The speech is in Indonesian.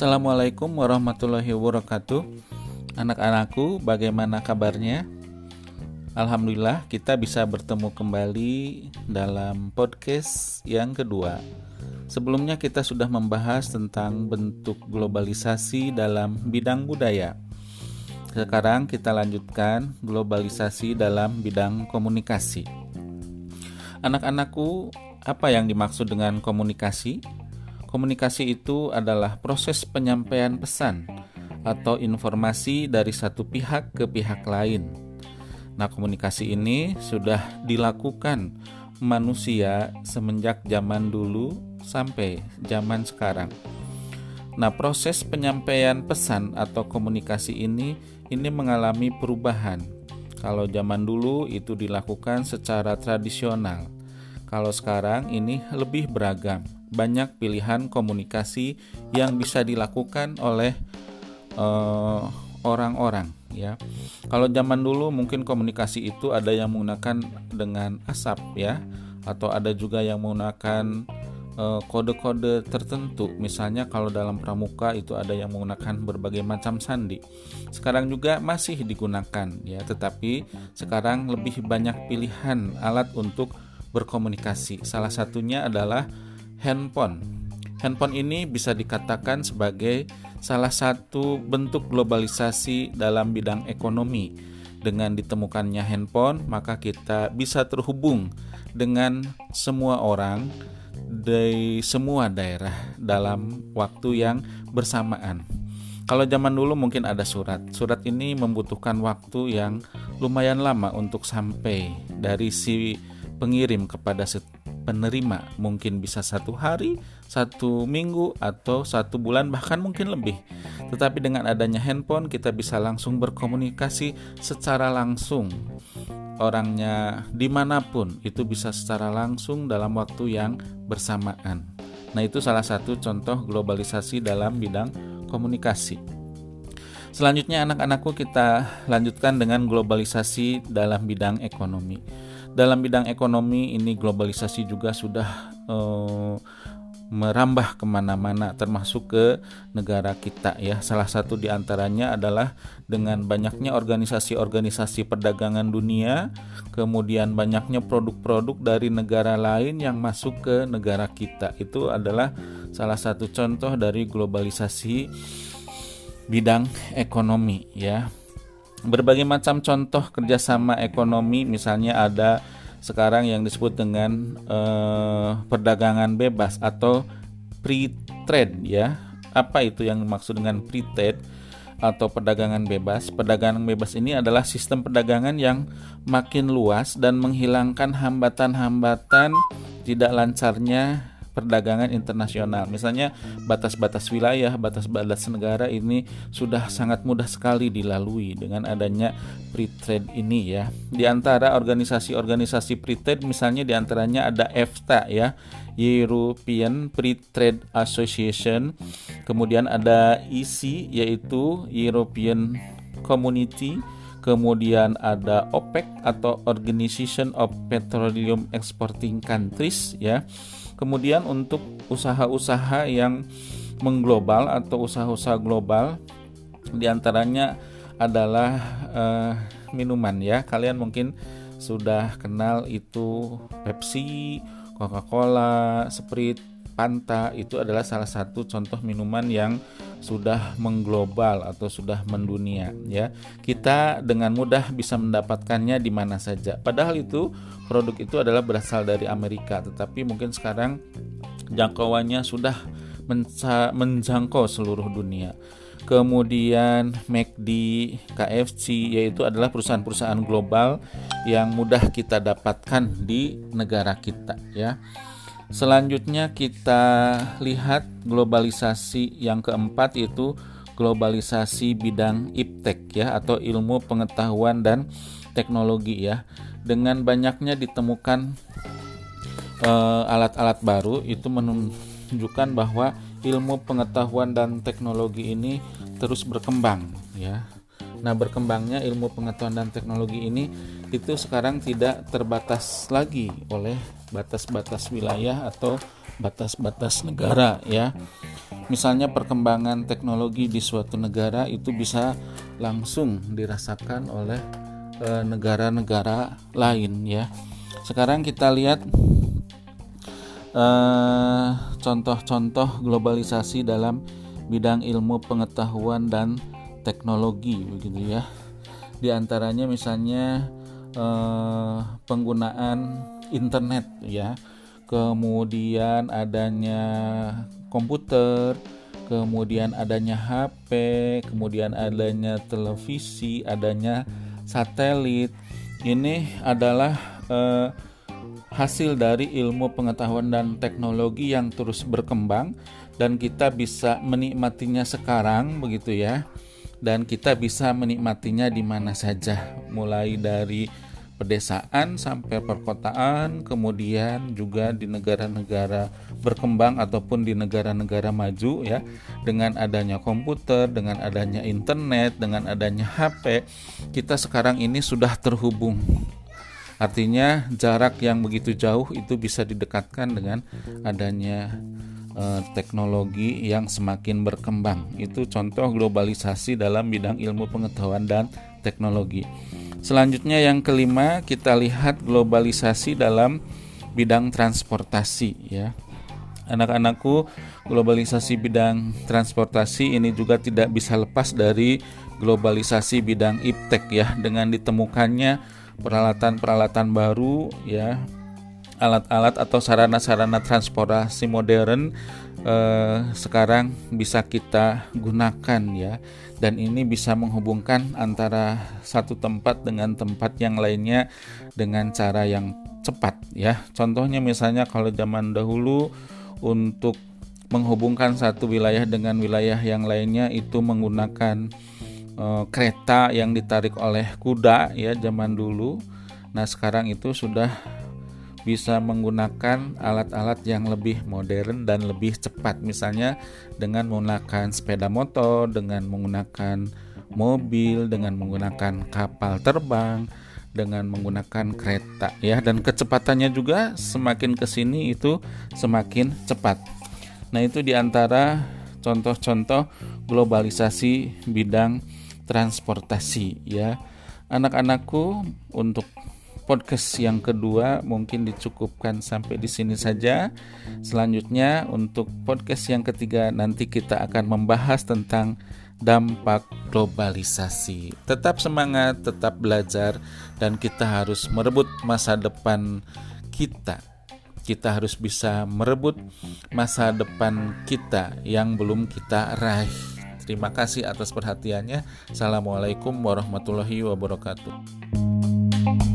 Assalamualaikum warahmatullahi wabarakatuh. Anak-anakku, bagaimana kabarnya? Alhamdulillah kita bisa bertemu kembali dalam podcast yang kedua. Sebelumnya kita sudah membahas tentang bentuk globalisasi dalam bidang budaya. Sekarang kita lanjutkan globalisasi dalam bidang komunikasi. Anak-anakku, apa yang dimaksud dengan komunikasi? Komunikasi itu adalah proses penyampaian pesan atau informasi dari satu pihak ke pihak lain. Nah, komunikasi ini sudah dilakukan manusia semenjak zaman dulu sampai zaman sekarang. Nah, proses penyampaian pesan atau komunikasi ini mengalami perubahan. Kalau zaman dulu itu dilakukan secara tradisional. Kalau sekarang ini lebih beragam. Banyak pilihan komunikasi yang bisa dilakukan oleh orang-orang ya. Kalau zaman dulu mungkin komunikasi itu ada yang menggunakan dengan asap ya, atau ada juga yang menggunakan kode-kode tertentu. Misalnya kalau dalam pramuka itu ada yang menggunakan berbagai macam sandi. Sekarang juga masih digunakan ya, tetapi sekarang lebih banyak pilihan alat untuk berkomunikasi. Salah satunya adalah handphone. Handphone ini bisa dikatakan sebagai salah satu bentuk globalisasi dalam bidang ekonomi. Dengan ditemukannya handphone, maka kita bisa terhubung dengan semua orang dari semua daerah dalam waktu yang bersamaan. Kalau zaman dulu mungkin ada surat. Surat ini membutuhkan waktu yang lumayan lama untuk sampai dari si pengirim kepada penerima, mungkin bisa 1 hari, 1 minggu, atau 1 bulan, bahkan mungkin lebih. Tetapi dengan adanya handphone kita bisa langsung berkomunikasi secara langsung. Orangnya dimanapun itu bisa secara langsung dalam waktu yang bersamaan. Nah, itu salah satu contoh globalisasi dalam bidang komunikasi. Selanjutnya anak-anakku, kita lanjutkan dengan globalisasi dalam bidang ekonomi. Dalam bidang ekonomi ini globalisasi juga sudah merambah kemana-mana, termasuk ke negara kita ya. Salah satu diantaranya adalah dengan banyaknya organisasi-organisasi perdagangan dunia, kemudian banyaknya produk-produk dari negara lain yang masuk ke negara kita. Itu adalah salah satu contoh dari globalisasi bidang ekonomi ya. Berbagai macam contoh kerjasama ekonomi, misalnya ada sekarang yang disebut dengan perdagangan bebas atau free trade ya. Apa itu yang dimaksud dengan free trade atau perdagangan bebas? Perdagangan bebas ini adalah sistem perdagangan yang makin luas dan menghilangkan hambatan-hambatan tidak lancarnya perdagangan internasional. Misalnya batas-batas wilayah, batas-batas negara ini sudah sangat mudah sekali dilalui dengan adanya free trade ini ya. Di antara organisasi-organisasi free trade misalnya di antaranya ada EFTA ya, European Free Trade Association. Kemudian ada EC yaitu European Community. Kemudian ada OPEC atau Organization of Petroleum Exporting Countries ya. Kemudian untuk usaha-usaha yang mengglobal atau usaha-usaha global diantaranya adalah minuman ya. Kalian mungkin sudah kenal itu Pepsi, Coca-Cola, Sprite, Fanta. Itu adalah salah satu contoh minuman yang sudah mengglobal atau sudah mendunia ya. Kita dengan mudah bisa mendapatkannya di mana saja. Padahal itu produk itu adalah berasal dari Amerika, tetapi mungkin sekarang jangkauannya sudah menjangkau seluruh dunia. Kemudian McD, KFC yaitu adalah perusahaan-perusahaan global yang mudah kita dapatkan di negara kita ya. Selanjutnya kita lihat globalisasi yang keempat, yaitu globalisasi bidang iptek ya, atau ilmu pengetahuan dan teknologi ya. Dengan banyaknya ditemukan alat-alat baru, itu menunjukkan bahwa ilmu pengetahuan dan teknologi ini terus berkembang ya. Nah, berkembangnya ilmu pengetahuan dan teknologi ini itu sekarang tidak terbatas lagi oleh batas-batas wilayah atau batas-batas negara ya. Misalnya perkembangan teknologi di suatu negara itu bisa langsung dirasakan oleh negara-negara lain ya. Sekarang kita lihat contoh-contoh globalisasi dalam bidang ilmu pengetahuan dan teknologi begitu ya. Di antaranya misalnya penggunaan internet ya, kemudian adanya komputer, kemudian adanya HP, kemudian adanya televisi, adanya satelit. Ini adalah hasil dari ilmu pengetahuan dan teknologi yang terus berkembang dan kita bisa menikmatinya sekarang begitu ya. Dan kita bisa menikmatinya di mana saja, mulai dari pedesaan sampai perkotaan, kemudian juga di negara-negara berkembang ataupun di negara-negara maju ya. Dengan adanya komputer, dengan adanya internet, dengan adanya HP, kita sekarang ini sudah terhubung. Artinya jarak yang begitu jauh itu bisa didekatkan dengan adanya teknologi yang semakin berkembang. Itu contoh globalisasi dalam bidang ilmu pengetahuan dan teknologi. Selanjutnya yang kelima, kita lihat globalisasi dalam bidang transportasi ya. Anak-anakku, globalisasi bidang transportasi ini juga tidak bisa lepas dari globalisasi bidang iptek ya, dengan ditemukannya peralatan-peralatan baru ya, alat-alat atau sarana-sarana transportasi modern sekarang bisa kita gunakan ya, dan ini bisa menghubungkan antara satu tempat dengan tempat yang lainnya dengan cara yang cepat ya. Contohnya misalnya kalau zaman dahulu untuk menghubungkan satu wilayah dengan wilayah yang lainnya itu menggunakan kereta yang ditarik oleh kuda ya zaman dulu. Nah sekarang itu sudah bisa menggunakan alat-alat yang lebih modern dan lebih cepat, misalnya dengan menggunakan sepeda motor, dengan menggunakan mobil, dengan menggunakan kapal terbang, dengan menggunakan kereta ya, dan kecepatannya juga semakin kesini itu semakin cepat. Nah itu diantara contoh-contoh globalisasi bidang transportasi ya. Anak-anakku, untuk podcast yang kedua mungkin dicukupkan sampai di sini saja. Selanjutnya untuk podcast yang ketiga nanti kita akan membahas tentang dampak globalisasi. Tetap semangat, tetap belajar, dan kita harus merebut masa depan kita. Kita harus bisa merebut masa depan kita yang belum kita raih. Terima kasih atas perhatiannya. Assalamualaikum warahmatullahi wabarakatuh.